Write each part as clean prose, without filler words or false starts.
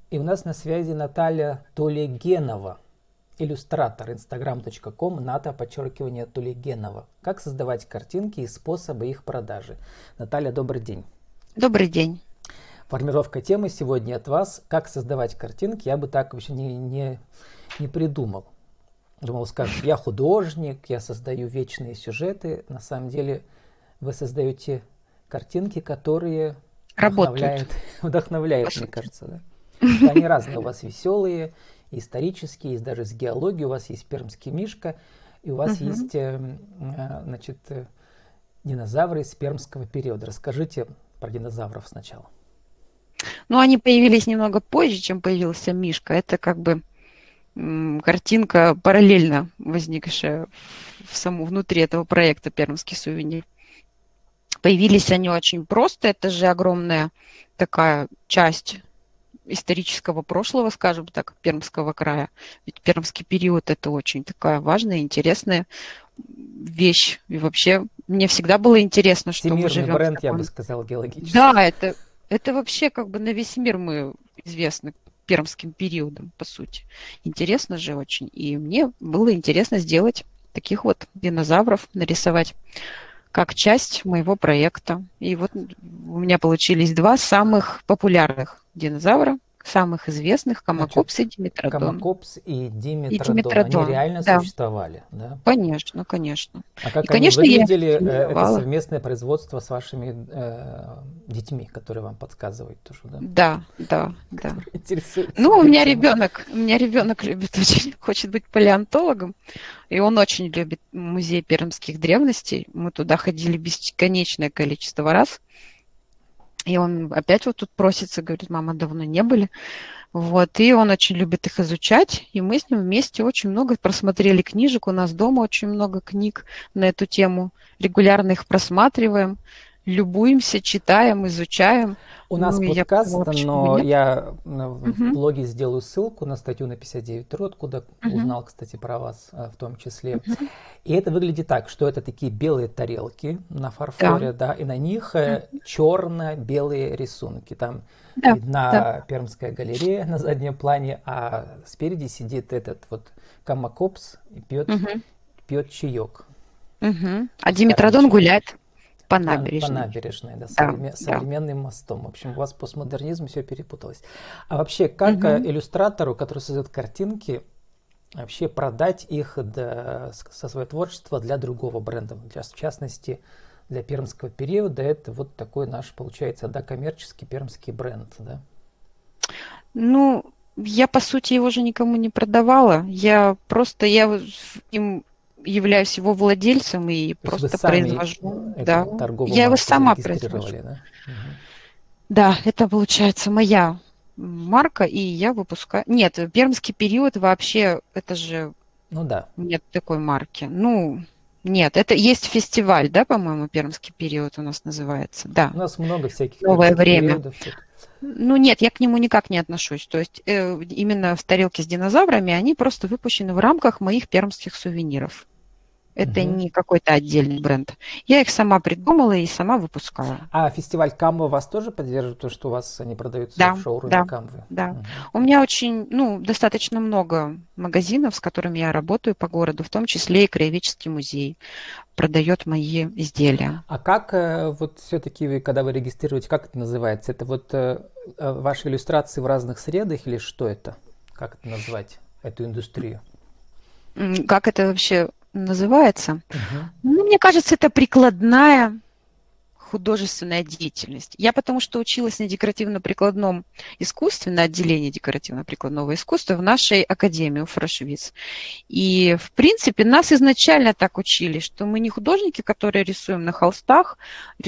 И у нас на связи Наталья Тулегенова, иллюстратор, instagram.com, Ната_Тулегенова. Как создавать картинки и способы их продажи. Наталья, добрый день. Добрый день. Формировка темы сегодня от вас. Как создавать картинки, я бы так вообще не придумал. Думал, скажете, я художник, я создаю вечные сюжеты. На самом деле вы создаете картинки, которые вдохновляют, мне кажется. Да? Они разные, у вас веселые, исторические, есть даже с геологией, у вас есть пермский мишка, и у вас есть, значит, динозавры из пермского периода. Расскажите про динозавров сначала. Ну, они появились немного позже, чем появился мишка. Это как бы картинка параллельно возникшая внутри этого проекта «Пермский сувенир». Появились они очень просто. Это же огромная такая часть исторического прошлого, скажем так, Пермского края. Ведь пермский период – это очень такая важная, интересная вещь. И вообще мне всегда было интересно, что мы живем бренд, в таком... я бы сказал, геологический. Да, это вообще как бы на весь мир мы известны пермским периодом, по сути. Интересно же очень. И мне было интересно сделать таких вот динозавров, нарисовать как часть моего проекта. И вот у меня получились два самых популярных динозавра, самых известных, Комакопс и Диметродон. Комакопс и Диметродон. Они реально существовали, да? Конечно, конечно. А как и, они конечно, выглядели? Это совместное производство с вашими детьми, которые вам подсказывают тоже, да? Да. Ну, у меня ребенок любит очень, хочет быть палеонтологом, и он очень любит музей пермских древностей. Мы туда ходили бесконечное количество раз. И он опять вот тут просится, говорит, мама, давно не были. Вот, и он очень любит их изучать, и мы с ним вместе очень много просмотрели книжек. У нас дома очень много книг на эту тему. Регулярно их просматриваем, любуемся, читаем, изучаем. У нас подкаст, но я в блоге сделаю ссылку на статью на 59.ru, откуда узнал, кстати, про вас в том числе. И это выглядит так, что это такие белые тарелки на фарфоре, да, и на них черно-белые рисунки. Там видна Пермская галерея на заднем плане, а спереди сидит этот вот Комакопс и пьет чаек. А Диметродон гуляет по набережной. По набережной, да, современным мостом. В общем, у вас постмодернизм, все перепуталось. А вообще, как иллюстратору, который создает картинки, вообще продать их со своего творчества для другого бренда? В частности, для пермского периода это вот такой наш, получается, да, коммерческий пермский бренд, да? Ну, я, по сути, его же никому не продавала. Я им являюсь его владельцем и просто произвожу. Да. Я его сама произвожу. Да, это получается моя марка, и я выпускаю. Нет, пермский период вообще, это же нет такой марки. Ну, нет, это есть фестиваль, да, по-моему, пермский период у нас называется. Да. У нас много всяких новое время. Периодов. Ну нет, я к нему никак не отношусь. То есть именно в тарелке с динозаврами они просто выпущены в рамках моих пермских сувениров. Это не какой-то отдельный бренд. Я их сама придумала и сама выпускаю. А фестиваль Камва вас тоже поддерживает, то, что у вас они продаются в шоуруме Камвы? Да. У меня достаточно много магазинов, с которыми я работаю по городу, в том числе и Краеведческий музей продает мои изделия. А как вот все-таки, когда вы регистрируете, как это называется? Это вот ваши иллюстрации в разных средах или что это? Как это назвать, эту индустрию? Как это вообще называется? Ну, мне кажется, это прикладная художественная деятельность. Я потому что училась на декоративно-прикладном искусстве, на отделении декоративно-прикладного искусства в нашей академии Фрошвиц. И, в принципе, нас изначально так учили, что мы не художники, которые рисуют на холстах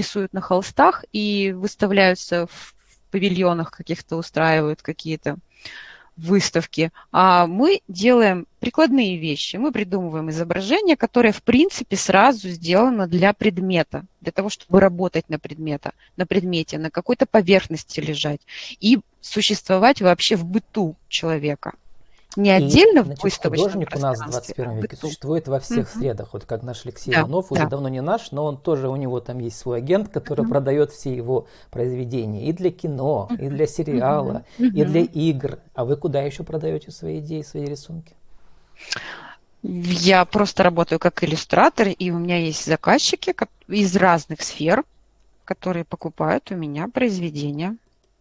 и выставляются в павильонах каких-то, устраивают какие-то выставки, а мы делаем прикладные вещи. Мы придумываем изображение, которое, в принципе, сразу сделано для предмета, для того, чтобы работать на предмете, на какой-то поверхности лежать и существовать вообще в быту человека. Не И, отдельно в значит, выставочном художник у нас в пространстве, а 21 в веке быту. существует во всех Мгм. средах. Вот как наш Алексей Да, Иванов, уже да. давно не наш, но он тоже, у него там есть свой агент, который Мгм. продает все его произведения и для кино, и для сериала, Мгм. и для Мгм. игр. А вы куда еще продаете свои идеи, свои рисунки? Я просто работаю как иллюстратор, и у меня есть заказчики из разных сфер, которые покупают у меня произведения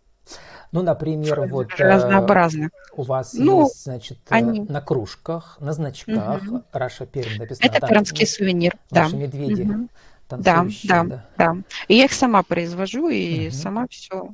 Ну, например, вот разнообразных. у вас Ну, есть, значит, они. на кружках, на значках Мгм. Раша Пермь написано, а Это там пермский сувенир, да. ваши медведи Мгм. Да, танцующие, да, да? да. И я их сама произвожу, и Мгм. сама все,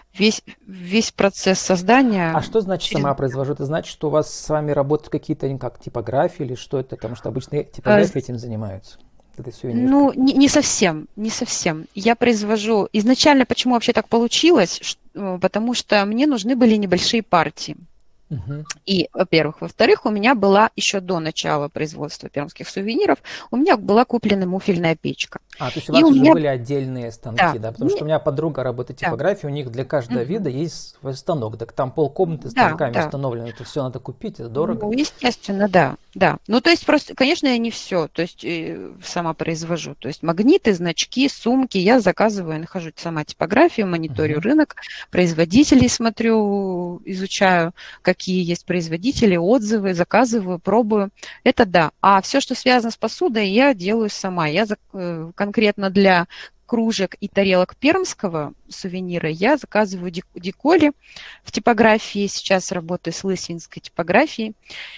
весь процесс А создания что значит через... сама произвожу? Это значит, что у вас с вами работают какие-то как типографии или что это? Потому что обычно э, типографии этим занимаются, этой сувениркой. Ну, не совсем, не совсем. Я произвожу... Изначально, почему вообще так получилось? Потому что мне нужны были небольшие партии. Мгм. И, во-первых. Во-вторых, у меня была еще до начала производства пермских сувениров, у меня была куплена муфельная печка. А, то есть у И вас у уже меня... были отдельные станки, Да, да? Потому что у меня подруга работает в да, типографии, у них для каждого вида мгм, есть свой станок. Так там полкомнаты да, станками да. установлено. Это все надо купить, это дорого. Ну, естественно, да, да. Ну, то есть просто, конечно, я не все, то есть сама произвожу. То есть магниты, значки, сумки я заказываю, я нахожу сама типографию, мониторю Мгм. рынок, производителей смотрю, изучаю, какие есть производители, отзывы, заказываю, пробую. Это да. А все, что связано с посудой, я делаю сама. Конкретно для кружек и тарелок пермского сувенира я заказываю деколи в типографии. Сейчас работаю с лысинской типографией.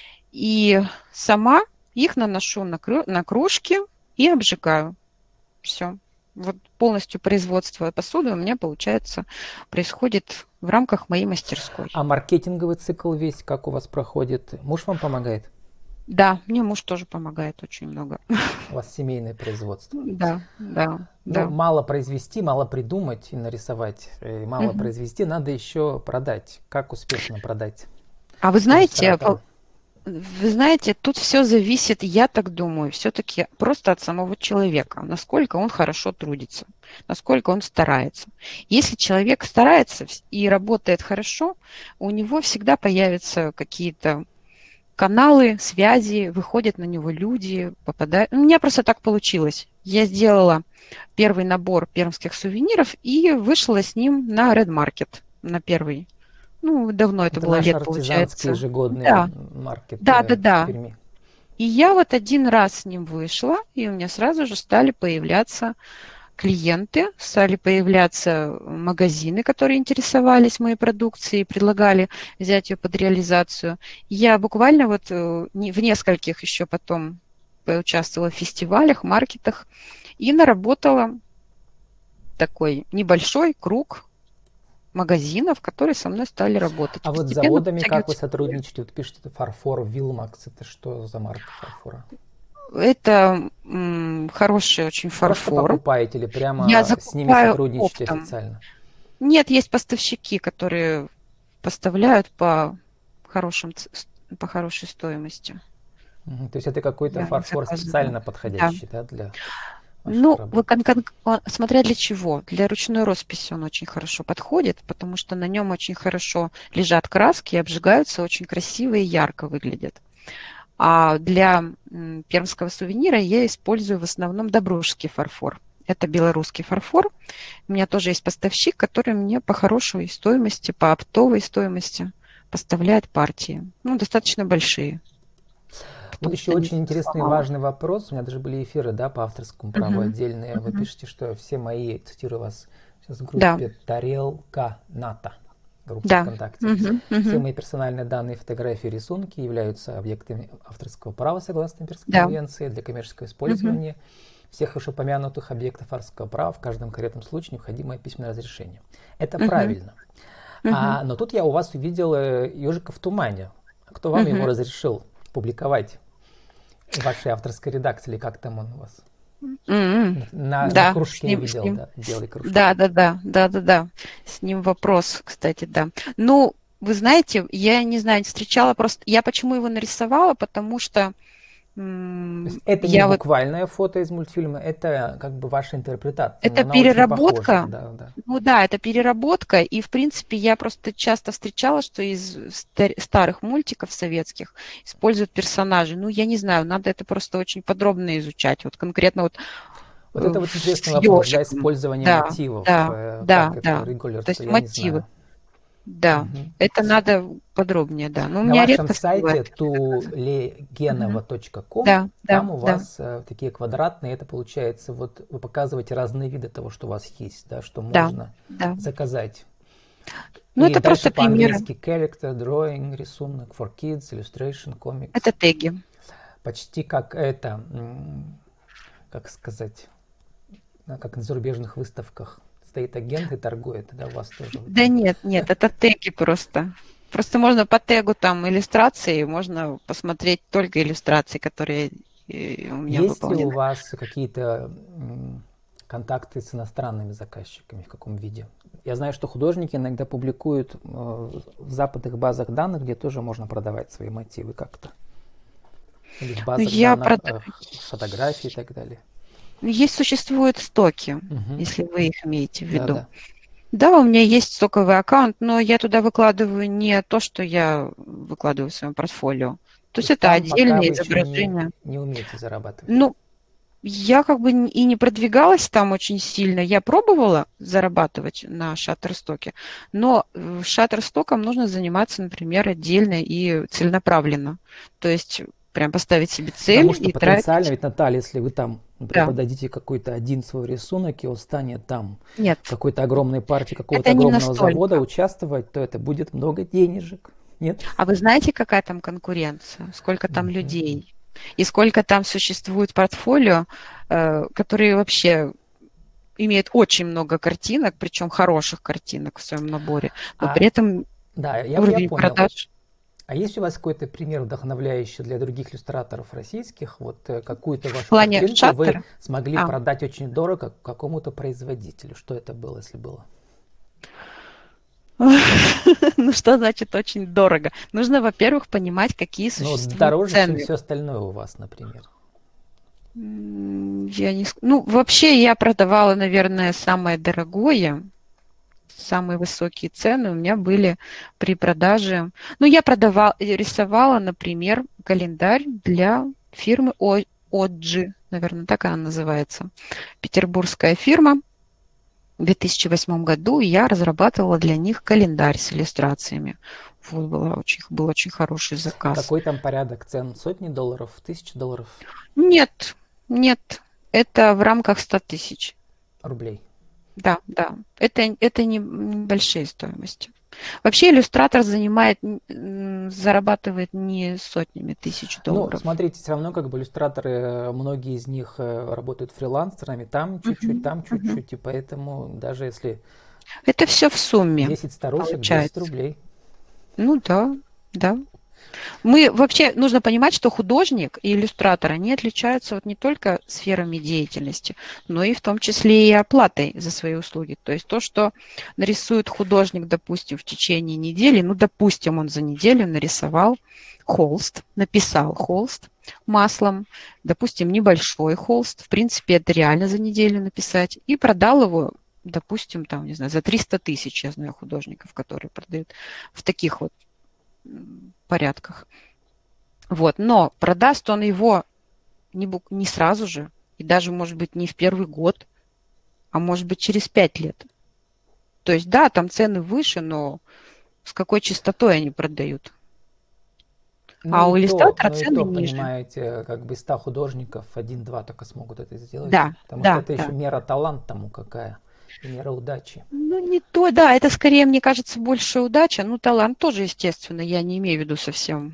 И сама их наношу на кружки и обжигаю. Все. Вот полностью производство посуды у меня, получается, происходит в рамках моей мастерской. А маркетинговый цикл весь как у вас проходит? Муж вам помогает? Да, мне муж тоже помогает очень много. У вас семейное производство. Да, да, Ну, да. мало произвести, мало придумать и нарисовать, мало Мгм. произвести, надо еще продать. Как успешно продать А иллюстратору? вы знаете, тут все зависит, я так думаю, все-таки просто от самого человека, насколько он хорошо трудится, насколько он старается. Если человек старается и работает хорошо, у него всегда появятся какие-то каналы, связи, выходят на него люди, попадают. У меня просто так получилось. Я сделала первый набор пермских сувениров и вышла с ним на Red Market, на первый. Ну, давно это Это было, наш лет, артизанский получается. ежегодный Да, маркет да, да, в да. Перми. И я вот один раз с ним вышла, и у меня сразу же стали появляться клиенты, стали появляться магазины, которые интересовались моей продукцией, предлагали взять ее под реализацию. Я буквально вот в нескольких еще потом поучаствовала в фестивалях, маркетах и наработала такой небольшой круг магазинов, которые со мной стали работать. А вот с Постепенно заводами как вы подтягиваться. сотрудничаете? Вот пишете фарфор, Вилмакс, это что за марка фарфора? Это хороший очень Просто фарфор. покупаете или Я прямо с ними закупаю сотрудничаете оптом. официально? Нет, есть поставщики, которые поставляют по хорошей стоимости. Мгм. То есть это какой-то Я у них фарфор заказываю. специально Да. подходящий, да, для ваших Ну, работ? смотря для чего. Для ручной росписи он очень хорошо подходит, потому что на нем очень хорошо лежат краски, обжигаются, очень красиво и ярко выглядят. А для пермского сувенира я использую в основном добружский фарфор. Это белорусский фарфор. У меня тоже есть поставщик, который мне по хорошей стоимости, по оптовой стоимости поставляет партии. Ну, достаточно большие, Вот потому еще что не очень интересный и мало. важный вопрос. У меня даже были эфиры, да, по авторскому праву Мгм. отдельные. Вы Мгм. пишете, что все мои, цитирую вас, сейчас в Да, группе Тарелка НАТО, группа да. ВКонтакте. Мгм. Все Мгм. мои персональные данные, фотографии, рисунки являются объектами авторского права согласно Имперской Да. конвенции для коммерческого Мгм. использования всех вышеупомянутых объектов авторского права в каждом конкретном случае необходимое письменное разрешение. Это Мгм. правильно. Мгм. Но тут я у вас увидел ежика в тумане. Кто вам его Мгм. разрешил публиковать в вашей авторской редакции, или как там он у вас? М. На Да, с кружке я ним, с видел, ним. да, белый кружок. Да, да, да, да, да, да. С ним вопрос, кстати, да. Ну, вы знаете, я не знаю, не встречала просто. Я почему его нарисовала, потому что То есть это не буквальное фото из мультфильма, это как бы ваша интерпретация. Это она переработка. Да, да. Ну да, это переработка. И, в принципе, я просто часто встречала, что из старых мультиков советских используют персонажей. Ну, я не знаю, надо это просто очень подробно изучать. Вот конкретно вот это вот интересный вопрос, да, использование мотивов. Да, как это да. регулируется, То есть я мотивы. не знаю. Да, это надо подробнее, да. Но у На меня вашем редко сайте tulegenova.com там у вас такие квадратные, это получается, вот вы показываете разные виды того, что у вас есть, да, что можно заказать. Ну, и это дальше просто по-английски character, drawing, рисунок, for kids, illustration, comics. Это теги. Почти как это, как сказать, как на зарубежных выставках. Стоит агент и торгует, да, у вас тоже? Да нет, это теги просто. Просто можно по тегу там иллюстрации, можно посмотреть только иллюстрации, которые у меня есть выполнены. ли у вас какие-то контакты с иностранными заказчиками, в каком виде? Я знаю, что художники иногда публикуют в западных базах данных, где тоже можно продавать свои мотивы как-то. Или в базах данных фотографий и так далее. Существуют стоки, если вы их имеете в виду. Да, у меня есть стоковый аккаунт, но я туда выкладываю не то, что я выкладываю в своем портфолио. То есть это отдельные изображения. Не умеете зарабатывать? Ну, я как бы и не продвигалась там очень сильно. Я пробовала зарабатывать на Shutterstock, но Shutterstock'ом нужно заниматься, например, отдельно и целенаправленно. То есть прям поставить себе цель. Потому что потенциально, ведь, Наталья, если вы там, например, подадите какой-то один свой рисунок, и он станет там в какой-то огромной партии какого-то огромного завода участвовать, то это будет много денежек. Нет? А вы знаете, какая там конкуренция? Сколько там людей? И сколько там существует портфолио, которые вообще имеют очень много картинок, причем хороших картинок в своем наборе, но при этом уровень продаж... А есть у вас какой-то пример, вдохновляющий для других иллюстраторов российских? Вот какую-то вашу картинку вы смогли продать очень дорого какому-то производителю? Что это было, если было? Ну, что значит очень дорого? Нужно, во-первых, понимать, какие существуют цены. Дороже, чем все остальное у вас, например. Ну, вообще я продавала, наверное, самое дорогое. Самые высокие цены у меня были при продаже. Ну, я рисовала, например, календарь для фирмы Оджи, наверное, так она называется. Петербургская фирма. В 2008 году я разрабатывала для них календарь с иллюстрациями. Вот был очень хороший заказ. Какой там порядок цен? Сотни долларов? $1000? Нет. Это в рамках 100 тысяч. Рублей? Да. Это небольшие стоимости. Вообще иллюстратор зарабатывает не сотнями тысяч долларов. Ну, смотрите, все равно как бы иллюстраторы, многие из них работают фрилансерами, там чуть-чуть, там чуть-чуть, и поэтому даже если... Это все в сумме 10 старушек, получается. 10 рублей. Ну да. Вообще нужно понимать, что художник и иллюстратор, они отличаются не только сферами деятельности, но и в том числе и оплатой за свои услуги. То есть то, что нарисует художник, допустим, в течение недели, допустим, он за неделю нарисовал холст, написал холст маслом, допустим, небольшой холст, в принципе, это реально за неделю написать, и продал его, допустим, там, не знаю, за 300 тысяч, я знаю художников, которые продают в таких вот порядках. Но продаст он его не сразу же, и даже, может быть, не в первый год, а может быть, через 5 лет. То есть, да, там цены выше, но с какой частотой они продают? А у иллюстратора цены ниже. Понимаете, как бы 100 художников, 1-2 только смогут это сделать. Да, потому что это еще мера таланта тому какая. И мера удачи. Это скорее, мне кажется, больше удача. Талант тоже, естественно, я не имею в виду совсем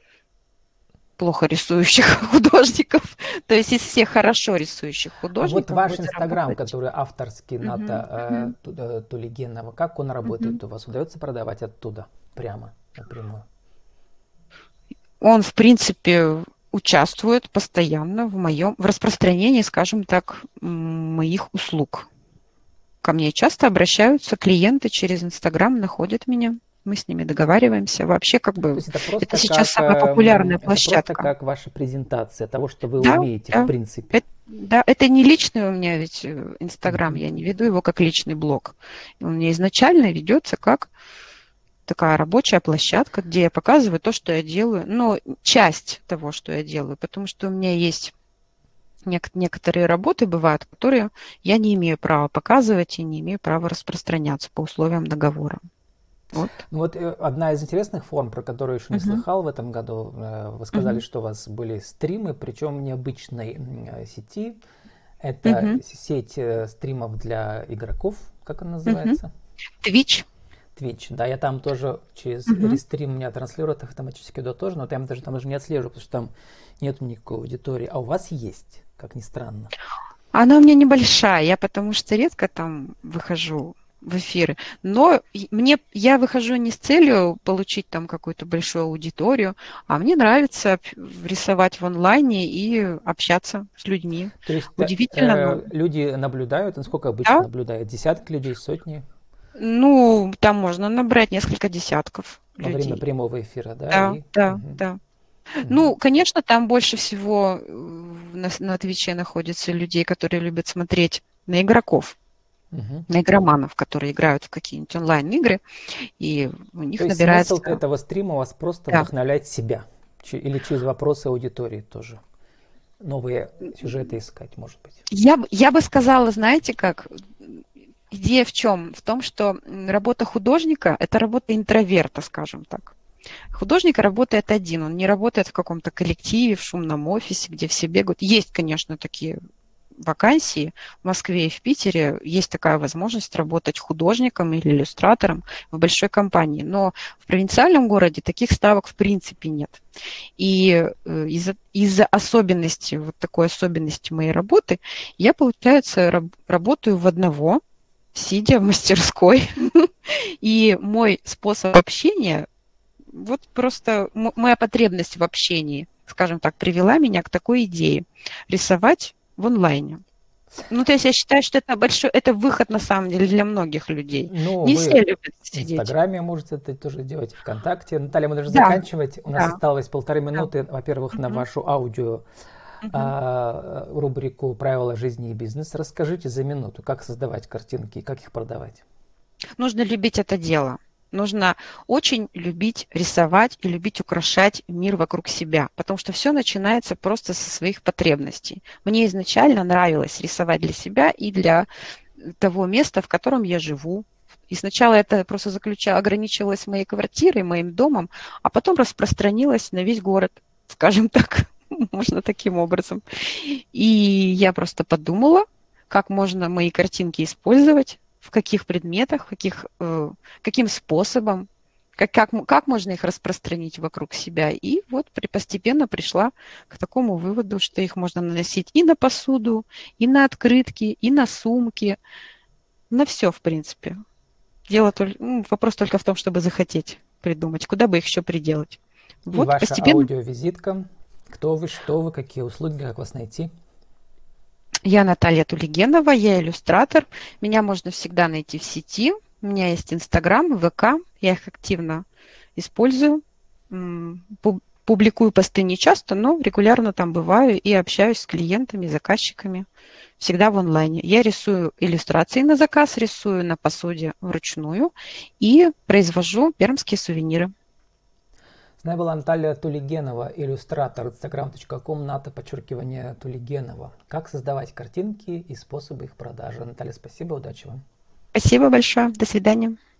плохо рисующих художников. То есть из всех хорошо рисующих художников. А вот ваш Инстаграм, который авторский, Ната Тулегенова, как он работает у вас? Удается продавать оттуда прямо, напрямую? Он, в принципе, участвует постоянно в распространении, скажем так, моих услуг. Ко мне часто обращаются клиенты через Инстаграм, находят меня. мы с ними договариваемся. Вообще, как То бы, есть это это просто сейчас как, самая популярная это просто площадка. как ваша презентация того, что вы Да, умеете в да. принципе. Да, это не личный у меня ведь Инстаграм, Мгм. я не веду его как личный блог. Он у меня изначально ведется как такая рабочая площадка, где я показываю то, что я делаю, но часть того, что я делаю, потому что у меня есть некоторые работы бывают, которые я не имею права показывать и не имею права распространяться по условиям договора. Вот. Ну вот одна из интересных форм, про которую еще не Мгм. слыхал в этом году, вы сказали, Мгм. что у вас были стримы, причем необычной сети. Это Мгм. сеть стримов для игроков, как она Мгм. называется? Twitch. Twitch. Да, я там тоже через Мгм. рестрим меня транслируют автоматически туда тоже, но там даже не отслеживаю, потому что там нет никакой аудитории. А у вас есть, как ни странно. Она у меня небольшая, я потому что редко там выхожу в эфиры. Но я выхожу не с целью получить там какую-то большую аудиторию, а мне нравится рисовать в онлайне и общаться с людьми. То есть Удивительно, но люди наблюдают, насколько обычно да, наблюдают? Десятки людей, сотни ну, там можно набрать несколько десятков во время людей. прямого эфира, да? Да, И, да, мгм, да. мгм, Ну, конечно, там больше всего на Твиче находится людей, которые любят смотреть на игроков, мгм. на игроманов, которые играют в какие-нибудь онлайн-игры, и у То них есть смысл набирается... этого стрима у вас просто Да. вдохновлять себя? Или через вопросы аудитории тоже? Новые сюжеты искать, может быть? Я бы сказала, знаете как, идея в чем? В том, что работа художника– это работа интроверта, скажем так. Художник работает один, он не работает в каком-то коллективе, в шумном офисе, где все бегают. Есть, конечно, такие вакансии в Москве и в Питере. Есть такая возможность работать художником или иллюстратором в большой компании. Но в провинциальном городе таких ставок в принципе нет. И из-за особенности, вот такой особенности моей работы, я, получается, работаю в одного, сидя в мастерской. И мой способ общения вот просто моя потребность в общении, скажем так, привела меня к такой идее рисовать в онлайне. Ну, то есть я считаю, что это выход на самом деле для многих людей. Ну, Не все вы любят в сидеть. Инстаграме можете это тоже делать, ВКонтакте. Наталья, мы должны Да, заканчивать. У нас да, осталось полторы да. минуты, во-первых, на Мгм, вашу аудио мгм. рубрику «Правила жизни и бизнес». Расскажите за минуту, как создавать картинки и как их продавать. Нужно любить это дело. Нужно очень любить рисовать и любить украшать мир вокруг себя, потому что все начинается просто со своих потребностей. Мне изначально нравилось рисовать для себя и для того места, в котором я живу. И сначала это просто ограничивалось моей квартирой, моим домом, а потом распространилось на весь город, скажем так, можно таким образом. И я просто подумала, как можно мои картинки использовать, в каких предметах, каким способом, как можно их распространить вокруг себя. И вот постепенно пришла к такому выводу, что их можно наносить и на посуду, и на открытки, и на сумки, на все, в принципе. Вопрос только в том, чтобы захотеть придумать, куда бы их еще приделать. И Вот ваша постепенно аудиовизитка. Кто вы, что вы, какие услуги, как вас найти. я Наталья Тулигенова, я иллюстратор. Меня можно всегда найти в сети. У меня есть Инстаграм, ВК. Я их активно использую. Публикую посты не часто, но регулярно там бываю и общаюсь с клиентами, заказчиками. Всегда в онлайне. Я рисую иллюстрации на заказ, рисую на посуде вручную и произвожу пермские сувениры. С нами была Наталья Тулигенова, иллюстратор, instagram.com, ната, Тулигенова. Как создавать картинки и способы их продажи. Наталья, спасибо, удачи вам. Спасибо большое. До свидания.